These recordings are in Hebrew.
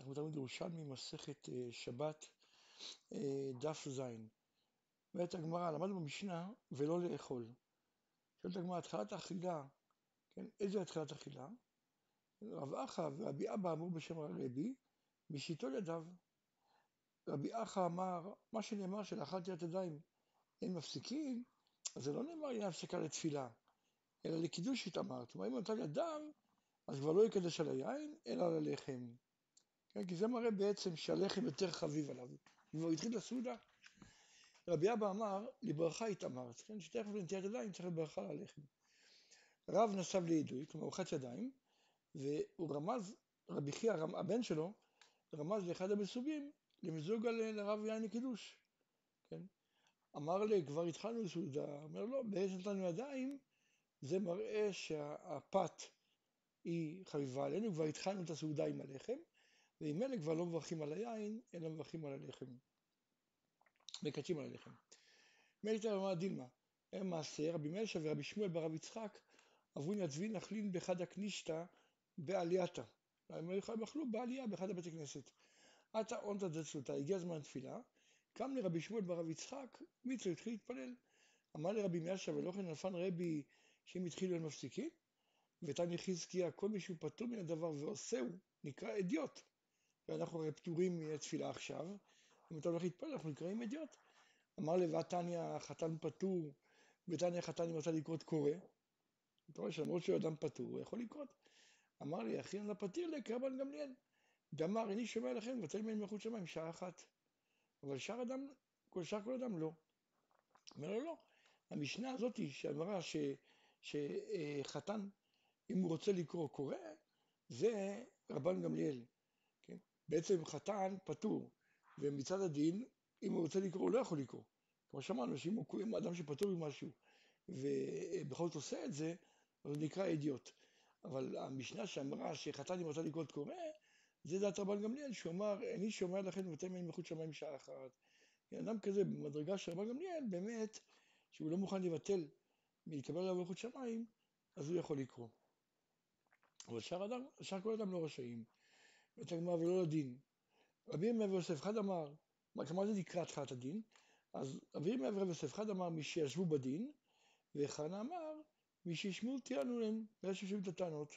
אנחנו תלמוד ירושלמי, מסכת שבת, דף ז'. אומרת הגמרא, למדנו במשנה ולא לאכול. שואלת הגמרא, התחלת האכילה, כן? איזה התחלת אכילה? רב אחא ורבי אבא אמרו בשם הרבי, משיטו ידיו. רבי אחא אמר, מה שנאמר שלאכלת יד ידיים אין מפסיקים, אז זה לא נאמר אין הפסקה לתפילה, אלא לקידוש התאמר. כלומר, אם נטל ידם, אז כבר לא יקדש על היין, אלא על הלחם. כן, כי זה מראה בעצם שהלחם יותר חביב עליו. והוא התחיל לסעודה. רבי אבא אמר, לברכה התאמרת, כן, שתכף לנטיית ידיים צריך לברכה על הלחם. רב נסב לידוי, כלומר הוא חץ ידיים, והוא רמז, רבי חייא, הבן שלו, רמז לאחד המסוגים, למזוג לרב יין לקידוש. כן? אמר לי, כבר התחלנו לסעודה, אומר לו, בעצם נתנו ידיים, זה מראה שהפת היא חביבה עלינו, כבר התחלנו את הסעודה עם הלחם, ועם אלה כבר לא מברכים על היין, אלא מברכים על הלחם. מקדשים על הלחם. מילתא רמא דילמה, הם מעשה, רבי מלשה ורבי שמואל ברב יצחק, עברו נצבין נחלין באחד הכנישתא בעלייתא. הם אכלו בעלייה באחד הבתי כנסת. עתה עונתא דצלותא, הגיע זמן תפילה, קם לרבי שמואל ברב יצחק, מצווה התחיל להתפלל. אמר לרבי מלשה ולא כן נפן רבי שאם התחילו הם מפסיקים, ותניא חזקיה, כל מי שהוא פטור מן הדבר ועושהו, נקרא אדיוט. ואנחנו הרי פטורים מתפילה עכשיו, אם אתה הולך להתפלל, אנחנו נקראים אדיוט. אמר לבתניא חתן פטור, בתניא חתן אם רצה לקרות קורא. אתה רואה שלמרות שהוא אדם פטור, הוא יכול לקרות. אמר לי, אחי אני פתיר לקרבן גמליאל. ואמר, אני שומע לכם, ובטל ממני מלכות שמיים שעה אחת. אבל שאר כל אדם לא. אומר לו, לא. המשנה הזאת שאמרה שחתן, אם הוא רוצה לקרוא קורא, זה רבן גמליאל. כן? בעצם חתן פטור, ומצד הדין, אם הוא רוצה לקרוא, הוא לא יכול לקרוא. כמו שאמרנו, שאם הוא קוראים אדם שפטור ממשהו, ובכל זאת עושה את זה, אז הוא נקרא אידיוט. אבל המשנה שאמרה שחתן אם רוצה לקרוא קורא, זה דעת רבן גמליאל, שהוא אמר, אני שומע לכם ובטל ממני מלכות שמיים שעה אחת. אדם כזה במדרגה של רבן גמליאל, באמת, שהוא לא מוכן לבטל מלקבל עליו מלכות שמיים, אז הוא יכול לקרוא. אבל שאר כל אדם לא רשאים. את הגמרא ולא לדין. רבי ירמיה ויוסף חד אמר, כלומר זה נקרא התחלת הדין, אז רבי ירמיה ויוסף חד אמר מי שישבו בדין, וחנה אמר מי שישמעו תיאנו להם, ואלה ששומעים את הטענות.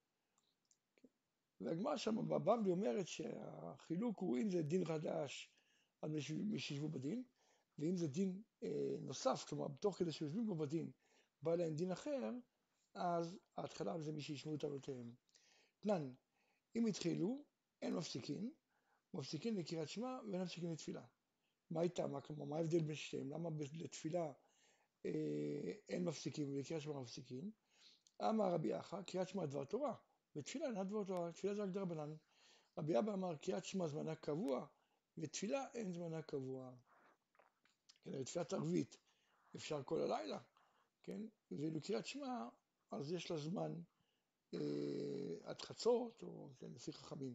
והגמרא שם בבבלי אומרת שהחילוק הוא אם זה דין חדש, אז מי שישבו בדין, ואם זה דין נוסף, כלומר בתוך כדי שיושבים בו בדין, בא להם דין אחר, אז ההתחלה זה מי שישמעו טענותיהם. תנן, אם התחילו, אין מפסיקים לקריאת שמע ואין מפסיקים לתפילה. מה הייתה? כלומר, מה ההבדל בין שתיהם? למה לתפילה אין מפסיקים ולקריאת שמע מפסיקים? אמר רבי אחא, קריאת שמע דבר תורה, ותפילה אינה דבר תורה, תפילה זה רק דרבנן. רבי אבא אמר, קריאת שמע זמנה קבוע, ותפילה אין זמנה קבוע. כן, בתפילת ערבית אפשר כל הלילה, כן? ואילו קריאת שמע, אז יש לה זמן עד חצות, או כן, לפי חכמים.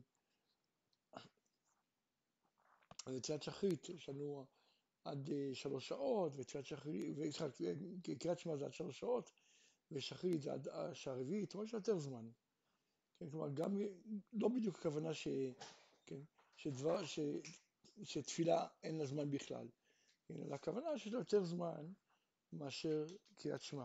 ותפילת שחרית, יש לנו עד 3 שעות, ותפילת שחרית, וקריאת שמע זה עד 3 שעות, ושחרית זה עד שעה רביעית, או יש יותר זמן. כן, כלומר, גם לא בדיוק הכוונה כן, שתפילה אין לה זמן בכלל. כן, אלא הכוונה שיש לה יותר זמן מאשר קריאת שמע.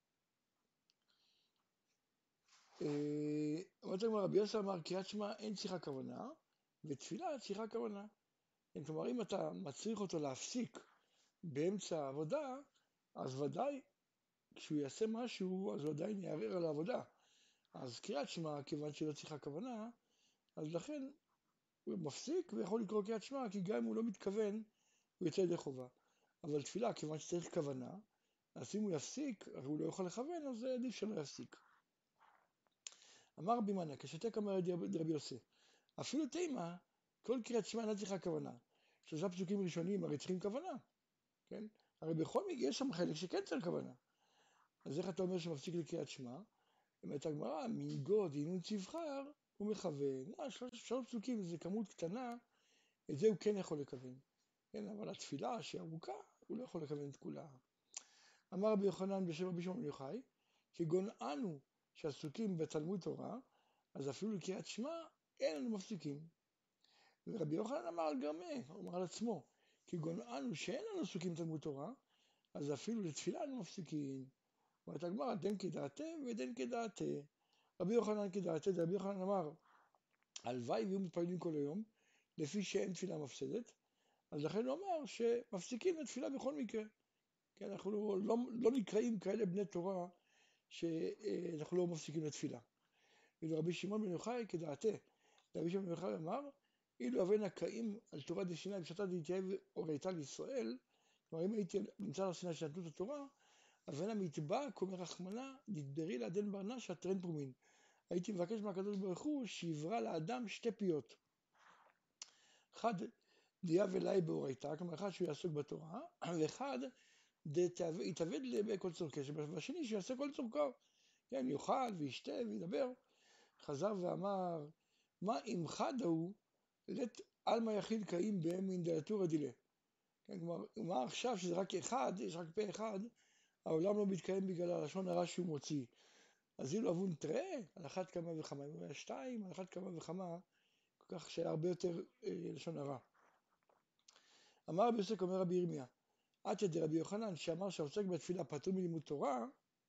אומרת הגמרא, רבי יוסף אמר, קריאת שמע אין צריכה כוונה, ותפילה צריכה כוונה. כן, כלומר, אם אתה מצריך אותו להפסיק באמצע העבודה, אז ודאי, כשהוא יעשה משהו, אז הוא עדיין יערער על העבודה. אז קריאת שמע, כיוון שלא צריכה כוונה, אז לכן הוא מפסיק ויכול לקרוא קריאת שמע, כי גם אם הוא לא מתכוון, הוא יוצא ידי חובה. אבל תפילה, כיוון שצריך כוונה, אז אם הוא יפסיק, הרי הוא לא יכול לכוון, אז עדיף שלא יפסיק. אמר רבי מניא, כשתק אמר רבי יוסף, אפילו תימא, כל קריאת שמע אינה צריכה כוונה. 3 פסוקים ראשונים הרי צריכים כוונה, כן? הרי בכל מקרה יש שם חלק שכן צריך כוונה. אז איך אתה אומר שמפסיק לקריאת שמע? אומרת הגמרא, מנגו דהינון צבחר, הוא מכוון. 3 פסוקים זה כמות קטנה, את זה הוא כן יכול לכוון. כן, אבל התפילה שהיא ארוכה, הוא לא יכול לכוון את כולה. אמר רבי יוחנן בשם רבי שמעון בן יוחאי, כגוננו שעסוקים בתלמוד תורה, אז אפילו לקריאת שמע אין לנו מפסיקים. ורבי יוחנן אמר על גרמה, הוא אמר על עצמו, כגון אנו שאין לנו עסוקים בתלמוד תורה, אז אפילו לתפילה אנו מפסיקים. אומרת הגמרא, דן כדעתה ודן כדעתה. רבי יוחנן כדעתה, רבי יוחנן אמר, הלוואי ויהיו מתפללים כל היום, לפי שאין תפילה מפסדת, אז לכן הוא אמר שמפסיקים לתפילה בכל מקרה. כי אנחנו לא נקראים כאלה בני תורה שאנחנו לא מפסיקים לתפילה. ואילו רבי שמעון בן יוחאי כדעתה, רבי שמעון בן יוחאי אמר, אילו אבן הקאים על תורה דסיני פשטה דתייב הורייתה לישראל, כלומר אם הייתי נמצא על סיני שנתנו את התורה, אבן המטבע קומי רחמנה נתברי לעדן ברנש הטרן פרומין. הייתי מבקש מהקדוש ברוך הוא שיברא לאדם שתי פיות. אחד דיה ולאי בהורייתה, כלומר אחד שהוא יעסוק בתורה, ואחד יתאבד לכל צורכי, והשני שיעשה כל צורכו, כן, יאכל וישתה וידבר. חזר ואמר, מה אם חד הוא לת עלמא יחיד קאים בהם מן דלתורא דילה. כן, כלומר, הוא אמר עכשיו שזה רק אחד, יש רק פה אחד, העולם לא מתקיים בגלל הלשון הרע שהוא מוציא. אז אילו אבון תראה, על אחת כמה וכמה, אם הוא היה שתיים, על אחת כמה וכמה, כל כך שהיה הרבה יותר לשון הרע. אמר רבי יוסק, אומר רבי ירמיה, עד שדרבי יוחנן שאמר שהעוסק בתפילה פטור מלימוד תורה,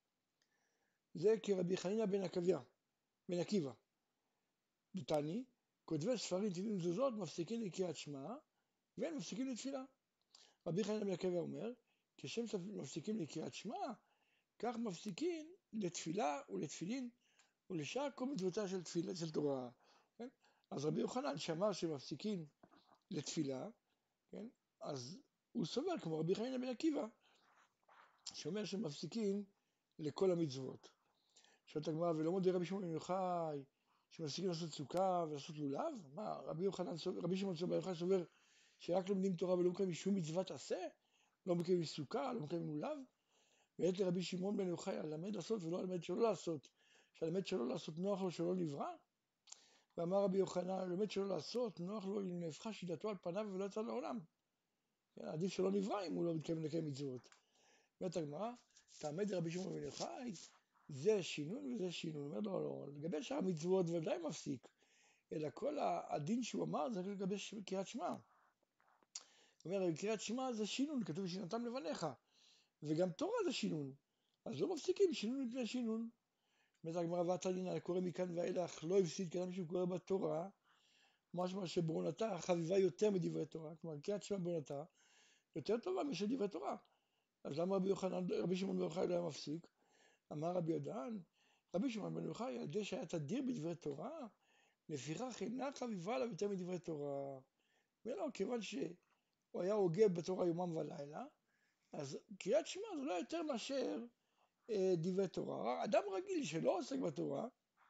זה כרבי חנינא בן עקיבא. דתני, כותבי ספרים תהילים זוזות מפסיקים לקריאת שמע, ואין מפסיקים לתפילה. רבי חנינא בן עקיבא אומר, כשם מפסיקים לקריאת שמע, כך מפסיקים לתפילה ולתפילין, ולשאר כל מצוותיה של תורה. כן? אז רבי יוחנן שאמר שמפסיקים לתפילה, כן? אז הוא סובר כמו רבי חנינא בן עקיבא, שאומר שמפסיקים לכל המצוות. שואלת הגמרא, ולא מודה רבי שמעון בן יוחאי שמפסיקים לעשות סוכה ולעשות לולב? מה, רבי שמעון בן יוחאי סובר שרק לומדים תורה ולא מקיימים שום מצוות עשה? לא מקיימים סוכה, לא מקיימים לולב? ועת לרבי שמעון בן יוחאי הלמד לעשות ולא הלמד שלא לעשות, שהלמד שלא לעשות נוח לו שלא נברא? ואמר רבי יוחנן, הלמד שלא לעשות נוח לו אם נהפכה שיטתו על פניו ולא יצא לעולם. עדיף שלא נברא אם הוא לא מתכוון לקיים מצוות. ועת הגמרא, תעמד רבי שמעון בן יוחאי, זה שינון וזה שינון. אומר לו, לא, לגבי שאר המצוות ודאי מפסיק, אלא כל הדין שהוא אמר זה לגבי קריאת שמע. הוא אומר, קריאת שמע זה שינון, כתוב שיננתם לבניך, וגם תורה זה שינון, אז לא מפסיקים שינון מפני שינון. אומרת הגמרא, ועתנינא, קורא מכאן ואילך לא הפסיד כאדם שהוא קורא בתורה, משמע שברונתה חביבה יותר מדברי תורה, כלומר קריאת שמע ברונתה יותר טובה משל דברי תורה. אז למה רבי שמעון בן יוחאי לא היה מפסיק? אמר רבי יהודן, רבי שמעון בן יוחאי, על ידי שהיה תדיר בדברי תורה, לפיכך אינה חביבה עליו יותר מדברי תורה. ולא, כיוון שהוא היה הוגה בתורה יומם ולילה, אז קריאת שמע זה לא יותר מאשר דברי תורה. אדם רגיל שלא עוסק בתורה,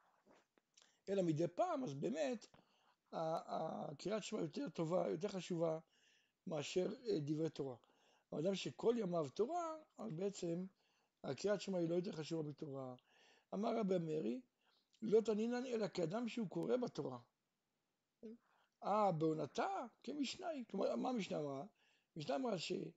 אלא מדי פעם, אז באמת, הקריאת שמע יותר טובה, יותר חשובה מאשר דברי תורה. האדם שכל ימיו תורה, אז בעצם הקריאת שמע היא לא יותר חשובה בתורה. אמר רבי מרי, לא תנינן אלא כאדם שהוא קורא בתורה. בעונתה כמשנאי. כלומר, מה המשנה אמרה? המשנה אמרה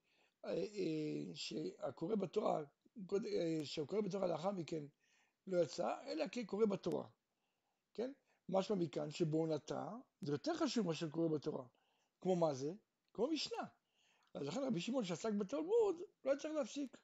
שהקורא בתורה, שהקורא בתורה לאחר מכן לא יצא, אלא כקורא בתורה. כן? משמע מכאן שבעונתה זה יותר חשוב מאשר קורא בתורה. כמו מה זה? כמו משנה. אז לכן רבי שמעון שעסק בתלמוד לא צריך להפסיק.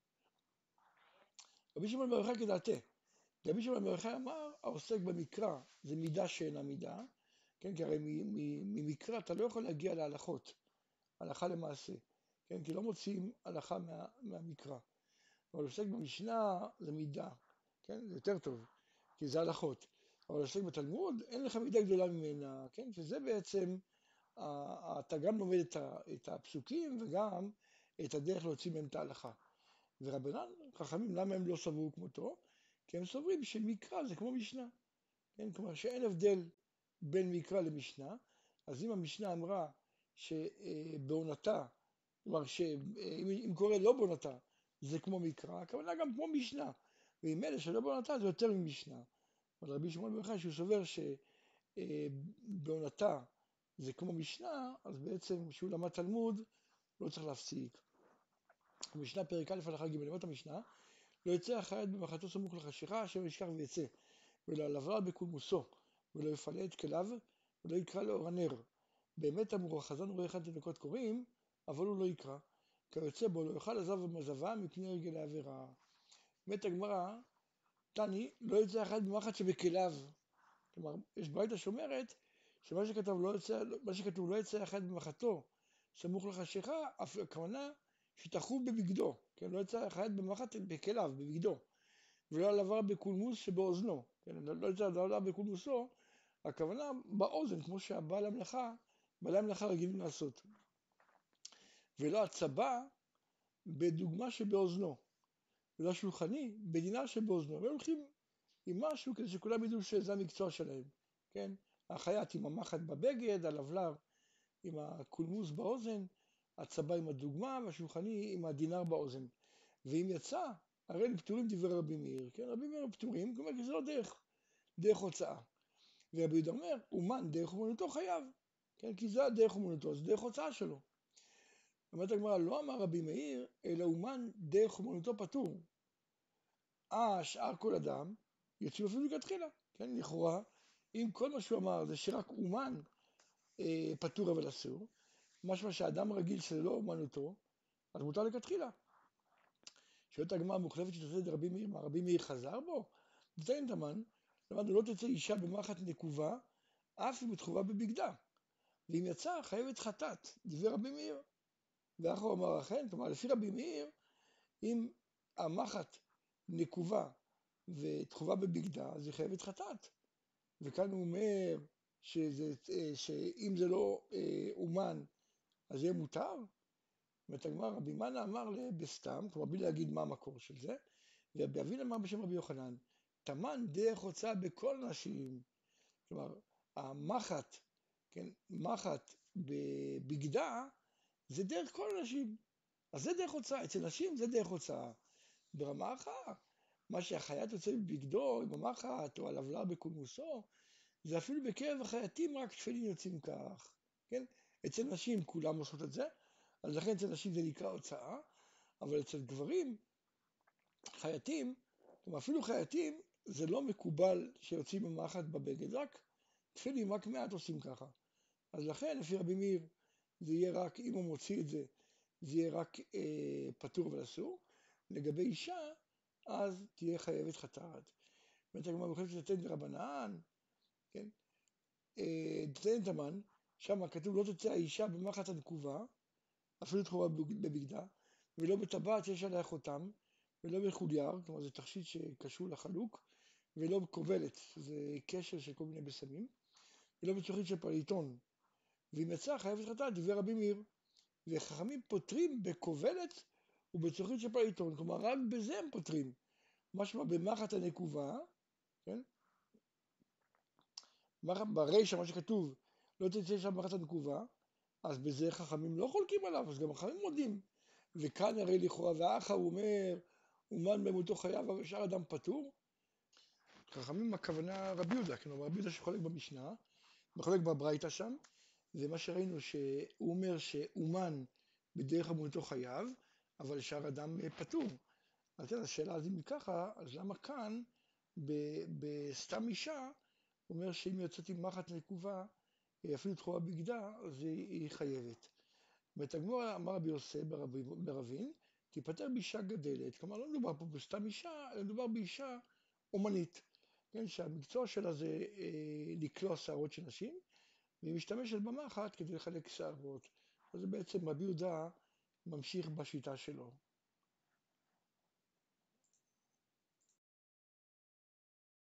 רבי שמעון בר יוחאי כדעתה. רבי שמעון בר יוחאי אמר, העוסק במקרא זה מידה שאינה מידה, כן, כי הרי ממקרא אתה לא יכול להגיע להלכות, הלכה למעשה, כן, כי לא מוציאים הלכה מהמקרא. אבל עוסק במשנה זה מידה, כן, זה יותר טוב, כי זה הלכות. אבל עוסק בתלמוד, אין לך מידה גדולה ממנה, כן, שזה בעצם, אתה גם לומד את הפסוקים וגם את הדרך להוציא מהם את ההלכה. ורבנן, חכמים, למה הם לא סברו כמותו? כי הם סוברים שמקרא זה כמו משנה, כן, כלומר שאין הבדל בין מקרא למשנה. אז אם המשנה אמרה שבעונתה, כלומר שאם קורא לא בעונתה זה כמו מקרא, הכוונה גם כמו משנה, ואם אלה שלא בעונתה זה יותר ממשנה. אבל רבי שמעון בן יוחאי שהוא סובר שבעונתה זה כמו משנה, אז בעצם כשהוא למד תלמוד לא צריך להפסיק. המשנה פרק א' הלכה ג', למד המשנה, לא יצא החייט במחתו סמוך לחשיכה, אשר ישכח ויצא, ולא לבלע בקולמוסו, ולא יפנה את כליו, ולא יקרא לאור הנר. באמת אמרו החז"ל רואה אחד תינוקות קוראים, אבל הוא לא יקרא. כיוצא בו לא יאכל עזב ומזבה מפני רגלי עבירה. באמת הגמרא, תני, לא יצא אחד במחט שבכליו. כלומר, יש ברייתא שאומרת שמה שכתוב לא יצא אחד במחטו סמוך לחשיכה, אף הכוונה שתחוב בבגדו, כן? לא יצא אחד במחט בכליו, בבגדו, ולא על עבר בקולמוס שבאוזנו, כן? לא יצא על עבר בקולמוסו, הכוונה באוזן, כמו שהבעלי המלאכה רגילים לעשות. ולא הצבא בדוגמה שבאוזנו, ולא שולחני בדינר שבאוזנו. הם הולכים עם משהו כדי שכולם ידעו שזה המקצוע שלהם, כן? החייט עם המחט בבגד, הלבלב עם הקולמוס באוזן, הצבא עם הדוגמה והשולחני עם הדינר באוזן. ואם יצא, הרי הם פטורים דברי רבי מאיר, כן? רבי מאיר פטורים, כלומר כי זה לא דרך הוצאה. ורבי יהודה אומר, אומן דרך אומנותו חייב, כן? כי זה הדרך אומנותו, זה דרך הוצאה שלו. אומרת הגמרא, לא אמר רבי מאיר, אלא אומן דרך אומנותו פטור. שאר כל אדם יוצאים אפילו לכתחילה, כן? לכאורה, אם כל מה שהוא אמר זה שרק אומן פטור אבל אסור, משמע שהאדם רגיל שזה לא אומנותו, אז מותר לכתחילה. שואלת הגמרא המוחלפת שתעשה את רבי מאיר, מה רבי מאיר חזר בו? נציין תמן, למדנו לא תצא אישה במחט נקובה, אף אם תחובה בבגדה, ואם יצא חייבת חטאת, דברי רבי מאיר. ואחר הוא אמר אכן, כלומר לפי רבי מאיר, אם המחט נקובה ותחובה בבגדה, אז היא חייבת חטאת. וכאן הוא אומר שאם זה לא אומן, אז יהיה מותר. זאת אומרת, רבי מנה אמר בסתם, כלומר בלי להגיד מה המקור של זה, ורבי אבין אמר בשם רבי יוחנן, תמן דרך הוצאה בכל נשים. כלומר, המחט, כן, מחט בבגדה, זה דרך כל הנשים. אז זה דרך הוצאה, אצל נשים זה דרך הוצאה. ברמה אחת, מה שהחייט יוצא בבגדו, עם המחט, או הלבלב בקולמוסו, זה אפילו בקרב החייטים רק תפילין יוצאים כך, כן? אצל נשים כולם עושות את זה, אז לכן אצל נשים זה נקרא הוצאה, אבל אצל גברים, חייטים, אפילו חייטים, זה לא מקובל שיוצאים במחט בבגד, רק תפילין, רק מעט עושים ככה. אז לכן, לפי רבי מאיר, זה יהיה רק, אם הוא מוציא את זה, זה יהיה רק פטור ואסור. לגבי אישה, אז תהיה חייבת חטאת. באמת הגמרא מוכנת שתתן דרבנן, כן? תתן תמן, שם כתוב לא תצא האישה במחט הנקובה, אפילו תחובה בבגדה, ולא בטבעת שיש עליה חותם, ולא בחולייר, כלומר זה תכשיט שקשור לחלוק, ולא בכובלת, זה קשר של כל מיני בשמים, ולא בצוחית של פליטון. ואם יצא חייבת חטאת, דברי רבי מאיר. וחכמים פותרים בכובלת ובצוחית של פליטון, כלומר רק בזה הם פותרים. משמע במחט הנקובה, כן? ברישא מה שכתוב, לא תצא שם במחט הנקובה, אז בזה חכמים לא חולקים עליו, אז גם חכמים מודים. וכאן הרי לכאורה, והאחר הוא אומר, אומן במותו חייב, אבל שאר אדם פטור. חכמים הכוונה רבי יהודה, כלומר רבי יהודה שחולק במשנה, וחולק בברייתא שם, ומה שראינו שהוא אומר שאומן בדרך אמונתו חייב, אבל שאר אדם פטור. אז השאלה אז אם ככה, אז למה כאן בסתם אישה, הוא אומר שאם יוצאת עם מחט נקובה, אפילו תחובה בגדה, אז היא חייבת. ותגמור אמר רבי יוסף ברבין, תיפטר באישה גדלת, כלומר לא מדובר פה בסתם אישה, אלא מדובר באישה אומנית, כן, שהמקצוע שלה זה לקלוע שערות של נשים, והיא משתמשת במחט כדי לחלק שערות. אז בעצם רבי יהודה ממשיך בשיטה שלו.